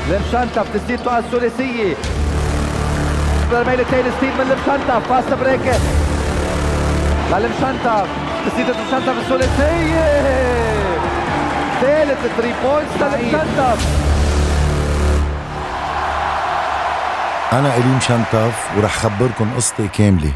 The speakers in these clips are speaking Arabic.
المشنتف تسديد تقع الثلاثية برميل التاني ستيل من المشنتف فاست بريك للمشنتف تسديد المشنتف الثلاثية ثالث 3 بوينتس للمشنتف. أنا إلي مشنتف ورح خبركن قصتي كاملة.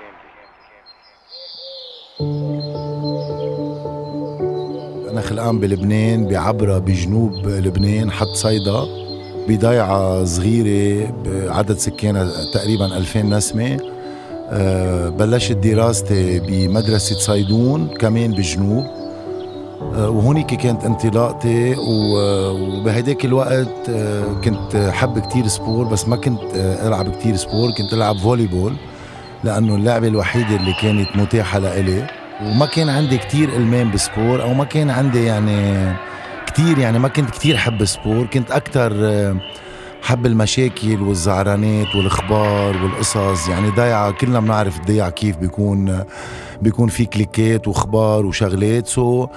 أنا خلقان بلبنان بعبرة بجنوب لبنان حد صيدا بضيعة صغيرة بعدد سكانها تقريبا 2000 نسمة. بلشت دراستي بمدرسة صيدون كمان بالجنوب وهونيك كانت انطلاقتي وبهداك الوقت كنت حب كتير سبور بس ما كنت ألعب كتير سبور كنت ألعب فولي بول لأنه اللعبة الوحيدة اللي كانت متاحة لإلي وما كان عندي كتير إلمام بسبور أو ما كان عندي يعني كتير يعني ما كنت كتير حب سبور كنت أكتر حب المشاكل والزعرانات والإخبار والقصص يعني ضيعة كلنا بنعرف الضيعة كيف بيكون في كليكات وإخبار وشغلات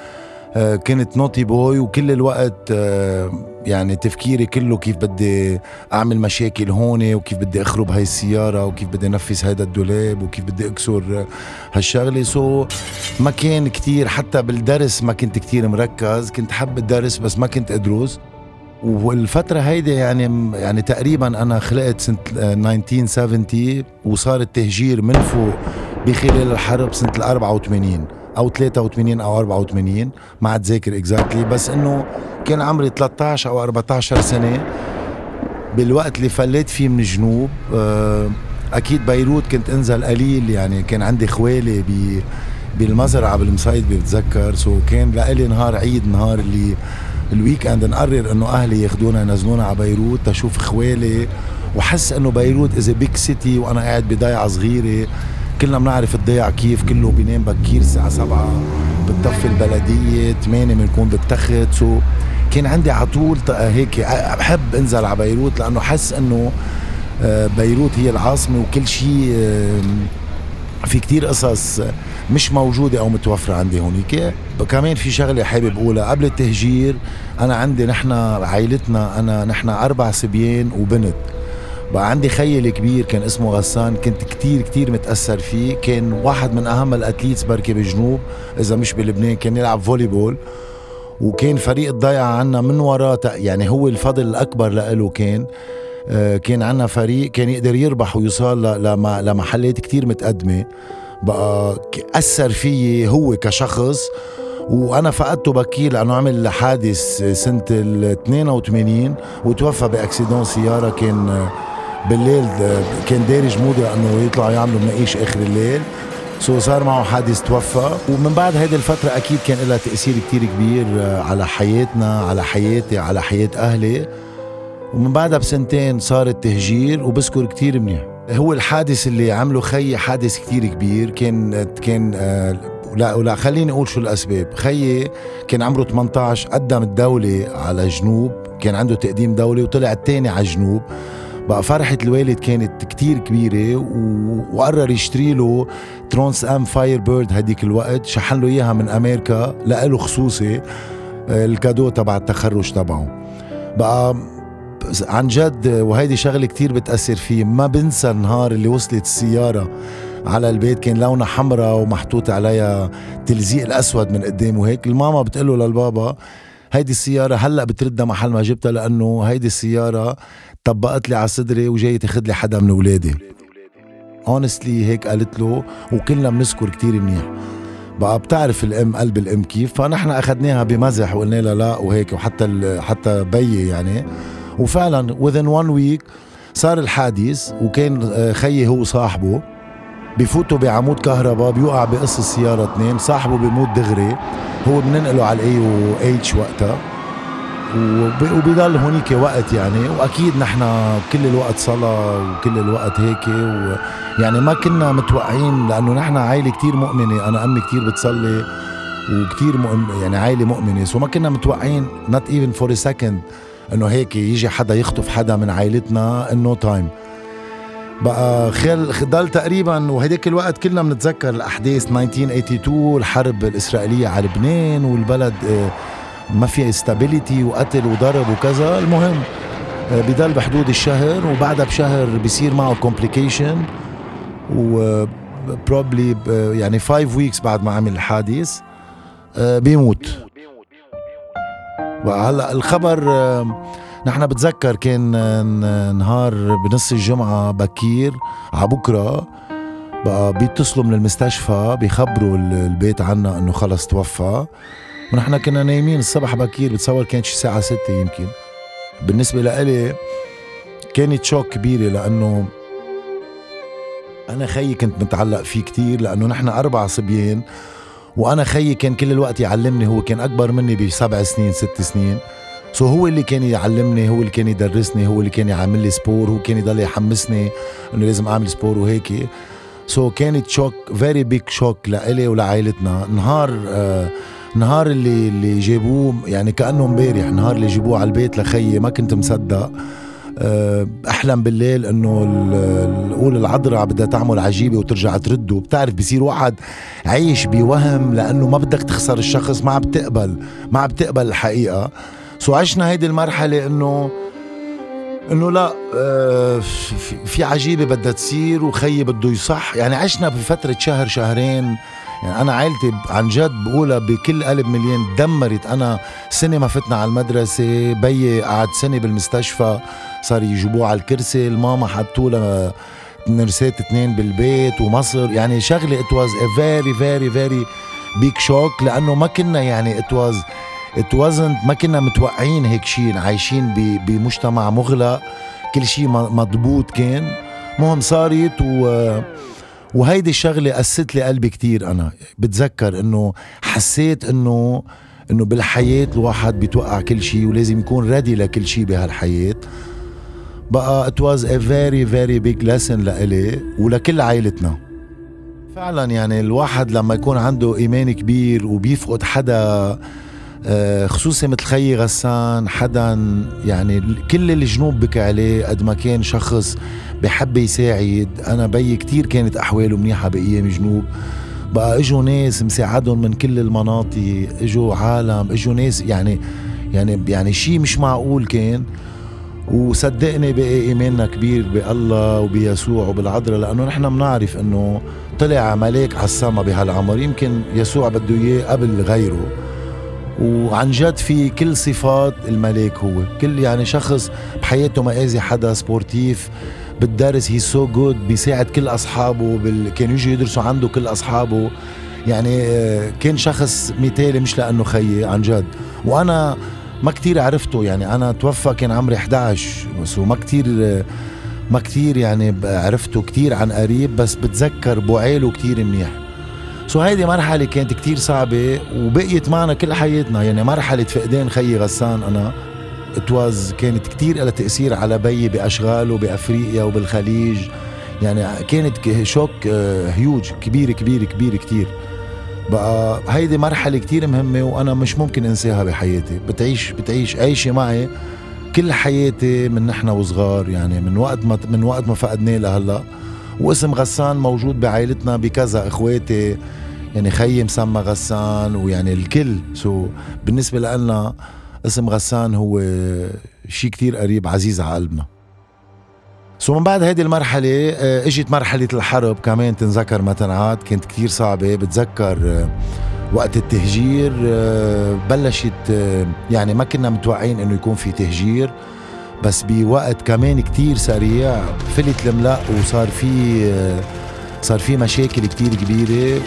كنت نوتي بوي وكل الوقت يعني تفكيري كله كيف بدي أعمل مشاكل هون وكيف بدي أخرب هاي السيارة وكيف بدي نفذ هيدا الدولاب وكيف بدي أكسر هالشغلة ما كان كتير حتى بالدرس ما كنت كتير مركز كنت حب الدرس بس ما كنت أدرس. والفترة هيدي يعني تقريبا أنا خلقت سنة 1970 وصار التهجير من فوق بخلال الحرب سنة 84 أو 83 أو 84 ما أتذكر إكزاكتلي بس إنه كان عمري 13 أو 14 سنة بالوقت اللي فليت فيه من الجنوب. أكيد بيروت كنت أنزل قليل يعني كان عندي خوالي بالمزرعة بالمصيد بتذكر كان لقلي نهار عيد نهار اللي الويك اند نقرر انه اهلي ياخدونا ينزلونا على بيروت تشوف خوالي وحس انه بيروت از بيج سيتي وانا قاعد بضيعة صغيرة كلنا بنعرف الضيعة كيف كله بينام بكير الساعة 7 بتطفي البلدية 8 بنكون بالتخت كان عندي عطول هيك بحب انزل على بيروت لانه حس انه بيروت هي العاصمة وكل شيء في كتير قصص مش موجودة أو متوفرة عندي هونيك. كمان في شغلة حابب أقولها قبل التهجير أنا عندي نحن عائلتنا نحن 4 صبيان وبنت بقى عندي خيي الكبير كان اسمه غسان كنت كتير متأثر فيه كان واحد من أهم الأتليتس بركي بالجنوب إذا مش بلبنان كان يلعب فولي بول وكان فريق الضيعة عنا من وراء يعني هو الفضل الأكبر لإله كان عنا فريق كان يقدر يربح ويوصل لمحلات كتير متقدمة بقى أثر فيي هو كشخص وأنا فقدته بكير لأنه عمل حادث سنة 82 وتوفى بأكسيدون سيارة كان بالليل كان دارج موضة أنه يطلعوا يعملوا مناقيش آخر الليل صار معه حادث توفى. ومن بعد هذه الفترة أكيد كان لها تأثير كتير كبير على حياتنا على حياتي على حياة أهلي. ومن بعدها بسنتين صار التهجير وبذكر كتير منيح هو الحادث اللي عمله خيي حادث كتير كبير كان لا خليني أقول شو الأسباب. خيي كان عمره 18 قدم الدولة على جنوب كان عنده تقديم دولي وطلع التاني على جنوب بقى فرحة الوالد كانت كتير كبيرة وقرر يشتري له ترانس ام فاير بيرد هديك الوقت شحن له إياها من أمريكا لقاله خصوصي الكادو تبع التخرج تبعه بقى عن جد. وهيدي شغلة كتير بتأثر فيه ما بنسى النهار اللي وصلت السيارة على البيت كان لونها حمراء ومحطوط عليها تلزيق الأسود من قدام وهيك الماما بتقله للبابا هيدي السيارة هلأ بتردها محل ما جبتها لأنه هيدي السيارة طبقت لي على صدري وجاي تاخد لي حدا من ولادي honestly هيك قالت له وكلنا بنذكر كتير منيح بقى بتعرف الام قلب الام كيف فنحن أخدناها بمزح وقلنا لها لا وهيك وحتى بي يعني وفعلا within 1 week صار الحادث وكان خيي هو صاحبه بفوتوا بعمود كهرباء بيوقع بقص السيارة 2 صاحبه بيموت دغري هو بننقله على الاي و اتش وقتها وبيضل هونيك وقت يعني واكيد نحن كل الوقت صلاة وكل الوقت هيك يعني ما كنا متوقعين لانه نحن عائلة كتير مؤمنة انا امي كتير بتصلي وكتير يعني عائلة مؤمنة ما كنا متوقعين not even for a second انه هيك يجي حدا يخطف حدا من عائلتنا انه تايم بقى ضل تقريبا. وهديك الوقت كلنا بنتذكر الاحداث 1982 الحرب الاسرائيليه على لبنان والبلد ما في استابيليتي وقتل وضرب وكذا. المهم بضل بحدود الشهر، وبعدها بشهر بيصير معه complication، و probably يعني 5 weeks بعد ما عمل الحادث بيموت. هلا الخبر نحن بتذكر كان نهار بنص الجمعة بكير عبكرة، بقى بيتصلوا من المستشفى بيخبروا البيت عنا انه خلص توفى، ونحن كنا نايمين الصبح بكير، بتصور كانت شي الساعة 6 يمكن. بالنسبة لإلي كانت شوك كبيرة، لأنه أنا خيي كنت متعلق فيه كتير، لأنه نحن 4 صبيان، وأنا خيي كان كل الوقت يعلمني، هو كان أكبر مني ب7 سنين 6 سنين، هو اللي كان يعلمني، هو اللي كان يدرسني، هو اللي كان يعمل لي سبور، هو كان يضل يحمسني انه لازم اعمل سبور وهيك. كانت شوك، فيري بيج شوك لإلي ولعائلتنا. نهار اللي جابوه يعني كأنه مبارح، نهار اللي جابوه على البيت لخيي ما كنت مصدق. احلم بالليل انه نقول العذراء بدها تعمل عجيبه وترجع ترده. بتعرف بيصير واحد عايش بوهم، لانه ما بدك تخسر الشخص، ما بتقبل الحقيقه. عشنا هيدي المرحله انه لا، في عجيبه بدها تصير وخيي بده يصح. يعني عشنا بفتره شهر شهرين، يعني أنا عائلتي عن جد بقولها بكل قلب مليان دمرت. أنا سنة ما فتنا على المدرسة، بيي قعد سنة بالمستشفى، صار يجيبوه على الكرسي، الماما حطوا لها نرسات 2 بالبيت، ومصر يعني شغلة it was a very very very big shock، لأنه ما كنا يعني it wasn't ما كنا متوقعين هيك شيء، عايشين بمجتمع مغلق، كل شيء مضبوط كان. مهم صارت وهيدي الشغلة قست لي قلبي كتير. أنا بتذكر إنه حسيت إنه بالحياة الواحد بيتوقع كل شيء، ولازم يكون ريدي لكل شيء بهالحياة. بقى it was a very very big lesson لإلي ولكل عائلتنا. فعلا يعني الواحد لما يكون عنده إيمان كبير وبيفقد حدا، خصوصي مثل خيي غسان، حدا يعني كل الجنوب بكى عليه قد ما كان شخص بحب يساعد. أنا بيي كتير كانت أحواله منيحة بأيام جنوب، بقى إجوا ناس مساعدهم من كل المناطق، إجوا عالم، إجوا ناس يعني شيء مش معقول كان. وصدقني بقى إيماننا كبير بالله وبيسوع وبالعذراء، لأنه نحن منعرف إنه طلع ملاك على السما بهالعمر، يمكن يسوع بده إياه قبل غيره. وعن جد في كل صفات الملاك، هو كل يعني شخص بحياته ما أذي حدا، سبورتيف بالدرس هي سو جود، بيساعد كل أصحابه، كانوا يجوا يدرسوا عنده كل أصحابه، يعني كان شخص مثالي، مش لأنه خيي عن جد. وأنا ما كتير عرفته، يعني أنا توفى كان عمري 11 بس، ما كتير يعني عرفته كتير عن قريب، بس بتذكر بوعيله كتير منيح. هيدي مرحلة كانت كتير صعبة وبقيت معنا كل حياتنا. يعني مرحلة فقدان خيي غسان أنا كانت كتير لها تأثير على بيي بأشغاله بأفريقيا وبالخليج، يعني كانت شوك هيوج، كبير كبير كبير كتير. بقى هيدي مرحلة كتير مهمة وأنا مش ممكن أنساها بحياتي. بتعيش عايشة معي كل حياتي من نحن وصغار، يعني من وقت ما فقدناه لهلا. واسم غسان موجود بعائلتنا بكذا، اخواتي يعني خيي مسمى غسان، ويعني الكل. بالنسبة لنا اسم غسان هو شيء كتير قريب عزيز على قلبنا. من بعد هيدي المرحلة اجت مرحلة الحرب كمان، تنذكر ما تنعاد، كانت كتير صعبة. بتذكر وقت التهجير بلشت، يعني ما كنا متوقعين انه يكون في تهجير، بس بوقت كمان كتير سريع فلت الملأ، وصار في مشاكل كتير كبيرة،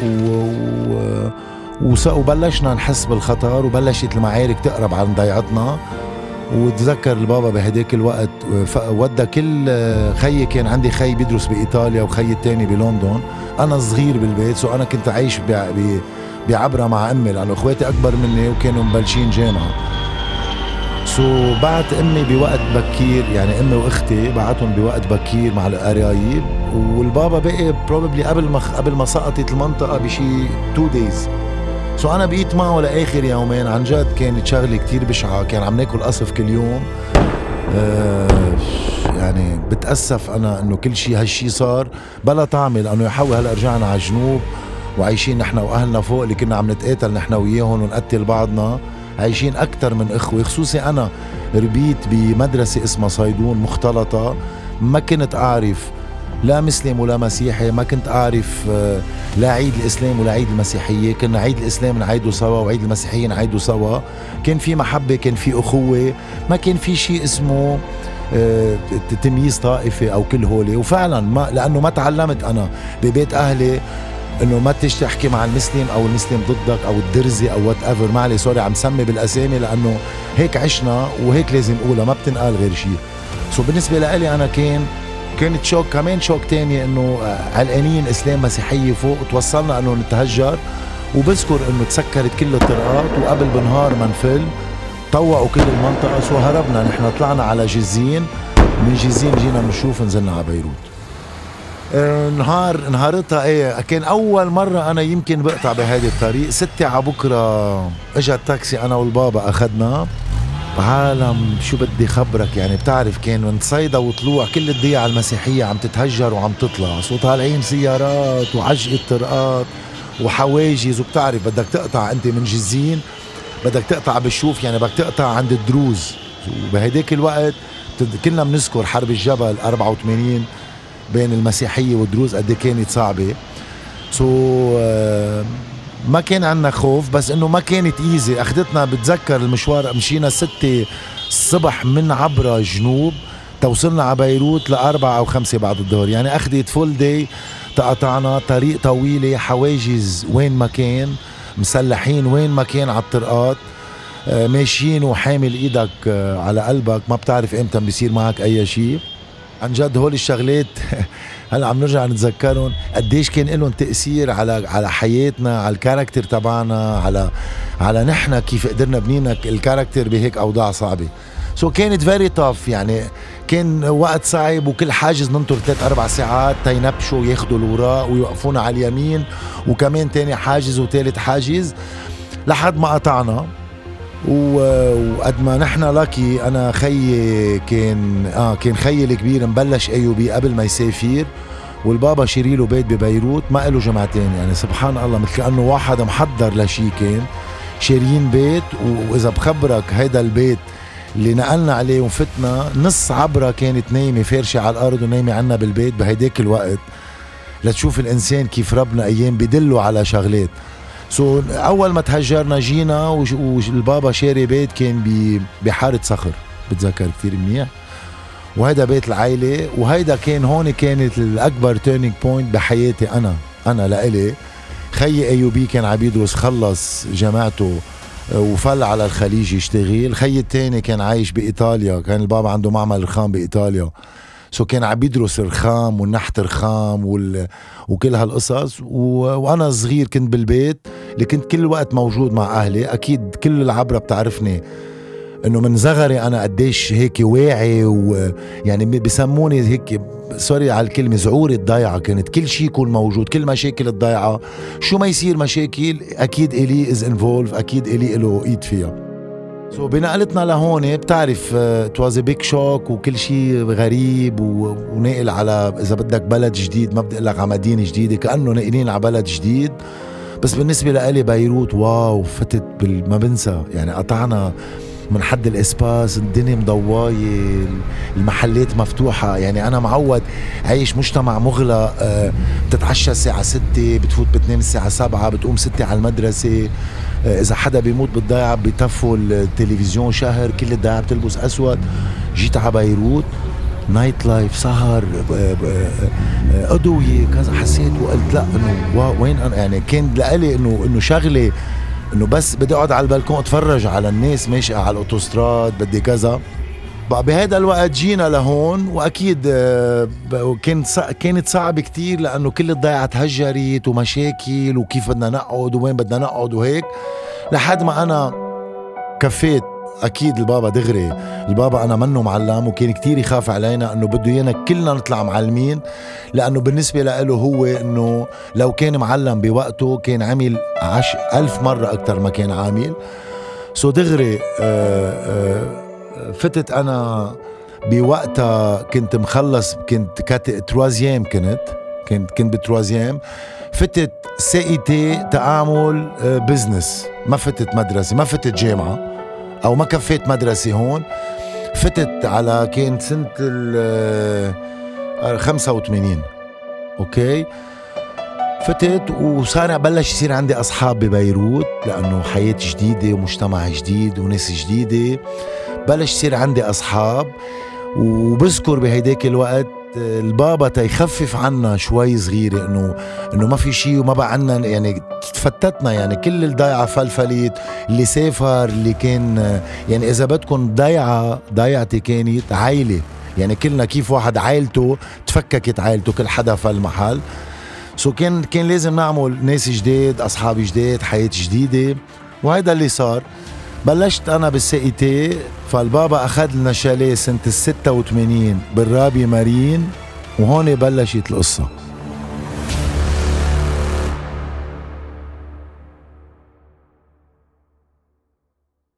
وبلشنا نحس بالخطر، وبلشت المعارك تقرب عن ضيعتنا. وتذكر البابا بهداك الوقت ودى كل خيي، كان عندي خي بيدرس بإيطاليا وخي التاني بلندن، أنا صغير بالبيت. أنا كنت عايش بعبرة مع أمي، لأنه أخواتي أكبر مني وكانوا مبلشين جامعة. بعت أمي بوقت بكير، يعني أمي وأختي بعتهم بوقت بكير مع القرايب، والبابا بقي probably قبل ما سقطت المنطقة بشي 2 days. أنا بقيت معه لآخر يومين. عن جد كانت شغلة كتير بشعة، كان عم ناكل قصف كل يوم. يعني بتأسف أنا إنه كل شي هالشي صار بلا طعمة، لأنه يحوي هلأ رجعنا على الجنوب وعايشين نحن وأهلنا فوق اللي كنا عم نتقاتل نحن وياهم ونقتل بعضنا، عايشين أكتر من إخوة. خصوصي أنا ربيت بمدرسة اسمها صيدون مختلطة، ما كنت أعرف لا مسلم ولا مسيحي، ما كنت أعرف لا عيد الإسلام ولا عيد المسيحية. كنا عيد الإسلام نعيده سوا وعيد المسيحية نعيده سوا. كان في محبة، كان في أخوة، ما كان في شيء اسمه تمييز طائفي أو كل هولي. وفعلا ما لأنه ما تعلمت أنا ببيت أهلي انه ما تحكي مع المسلم او المسلم ضدك او الدرزي او وات ايفر. معلي سوري عم سمي بالاسامي لانه هيك عشنا وهيك لازم اقولها، ما بتنقال غير شيء. سو بالنسبه لي انا كانت شوك، كمان شوك تاني انه علقانين اسلام مسيحيه فوق، وتوصلنا انه نتهجر. وبذكر انه تسكرت كل الطرقات، وقبل بنهار ما نفل طوقوا كل المنطقه. سو هربنا نحن، طلعنا على جزين، من جزين جينا بنشوف نزلنا على بيروت. نهارتها كان اول مرة انا يمكن بقطع بهذه الطريق. 6 على بكرة اجا التاكسي، انا والبابا اخدنا عالم. شو بدي خبرك يعني، بتعرف كان من صيدا وطلوع كل الضيعة المسيحية عم تتهجر وعم تطلع. سو طالعين سيارات وعجقة طرقات وحواجز، وبتعرف بدك تقطع انت من جزين، بدك تقطع بالشوف، يعني بدك تقطع عند الدروز. وبهديك الوقت كلنا بنذكر حرب الجبل 84 بين المسيحية والدروز قد كانت صعبة. ما كان عنا خوف، بس انه ما كانت ايزي. اخدتنا بتذكر المشوار، مشينا 6 الصبح من عبرة جنوب، توصلنا على بيروت 4 أو 5 بعد الظهر. يعني اخدت فول داي، تقطعنا طريق طويلة، حواجز وين ما كان، مسلحين وين ما كان على الطرقات، ماشيين وحامل ايدك على قلبك، ما بتعرف امتى بيصير معك اي شيء. عن جد هول الشغلات هلا عم نرجع نتذكرهم قديش كان لهم تأثير على حياتنا، على الكاركتر تبعنا، على نحن كيف قدرنا بنينا الكاركتر بهيك أوضاع صعبة. كانت فيري tough، يعني كان وقت صعب، وكل حاجز ننطر 3-4 ساعات تينبشوا وياخدوا الوراء ويوقفونا على اليمين، وكمان تاني حاجز وثالث حاجز لحد ما قطعنا. وقد ما نحن لاكي، انا خيي كان خيي الكبير مبلش ايوبي قبل ما يسافر، والبابا شيري له بيت ببيروت ما له جمعتين. يعني سبحان الله، مثل كأنه واحد محضر لشي، كان شاريين بيت. واذا بخبرك هيدا البيت اللي نقلنا عليه وفتنا، نص عبرة كانت نايمة فارشة على الارض ونايمة عنا بالبيت بهيداك الوقت، لتشوف الانسان كيف ربنا ايام بدله على شغلات. أول ما تهجرنا جينا، والبابا شاري بيت كان بحارة صخر، بتذكر كتير منيح، وهيدا بيت العائلة. وهيدا كان هون كانت الأكبر تيرنينج بوينت بحياتي أنا لإلي. خيي أيوبي كان عم يدرس، خلص جامعته وفل على الخليج يشتغل. خيي التاني كان عايش بإيطاليا، كان البابا عنده معمل رخام بإيطاليا، كان عم يدرس الرخام والنحت رخام وكل هالقصص. وانا صغير كنت بالبيت اللي كنت كل الوقت موجود مع اهلي. اكيد كل العبرة بتعرفني انه من صغري انا قديش هيك واعي، ويعني بسموني هيك، سوري على الكلمة، زعور الضيعة. كانت كل شيء يكون موجود، كل مشاكل الضيعة، شو ما يصير مشاكل اكيد إلي از انفولف، اكيد إلي له ايد فيها. بنقلتنا لهون، بتعرف توازي بيك شوك وكل شيء غريب، وناقل على إذا بدك بلد جديد، ما بدي أقول لك على مدينة جديدة، كأنه ناقلين على بلد جديد. بس بالنسبة لإلي بيروت واو، فتت ما بنسى. يعني قطعنا من حد الإسباس، الدنيا مضواية، المحلات مفتوحة. يعني أنا معود عايش مجتمع مغلق، بتتعشى الساعة 6، بتفوت بتنام الساعة 7، بتقوم 6 على المدرسة. إذا حدا بيموت بالضيعة بيطفوا التلفزيون شهر، كل الضيعة بتلبس أسود. جيت على بيروت، نايت لايف، سهر، أضوية كذا، حسيت وقلت لا إنه وين أنا. يعني كان لقالي إنه شغلة إنه بس بدي أقعد على البلكون أتفرج على الناس ماشية على الأوتوستراد، بدي كذا. بقى بهذا الوقت جينا لهون، وأكيد كانت صعب كتير، لأنه كل الضيعة تهجرت ومشاكل، وكيف بدنا نقعد وين بدنا نقعد وهيك، لحد ما أنا كفيت. أكيد البابا دغري، البابا أنا منه معلم، وكان كتير يخاف علينا أنه بده يانا كلنا نطلع معلمين، لأنه بالنسبة له هو أنه لو كان معلم بوقته كان عمل 10,000 مرة أكتر ما كان عامل. دغري فتت أنا بوقتها، كنت مخلص، كنت تروازيام، كنت بتروازيام. فتت سائتي تعامل بزنس، ما فتت مدرسة، ما فتت جامعة، أو ما كفيت مدرسة هون. فتت على كانت سنة 85. اوكي فتت وصار بلش يصير عندي أصحاب ببيروت، لأنه حياة جديدة ومجتمع جديد وناس جديدة. بلش يصير عندي أصحاب، وبذكر بهيداك الوقت البابا تيخفف عنا شوي صغيرة إنه ما في شيء وما بقى عنا، يعني تفتتنا، يعني كل الضيعة فلفليت، اللي سافر اللي كان، يعني إذا بدكن ضيعتي كانت عائلة، يعني كلنا كيف واحد عائلته تفككت عائلته، كل حدا فالمحل. كان لازم نعمل ناس جديد، أصحاب جديد، حياة جديدة، وهيدا اللي صار. بلشت أنا بالسائتي، فالبابا أخذ لنا شاليه سنة 86 بالرابي مارين، وهون بلشت القصة.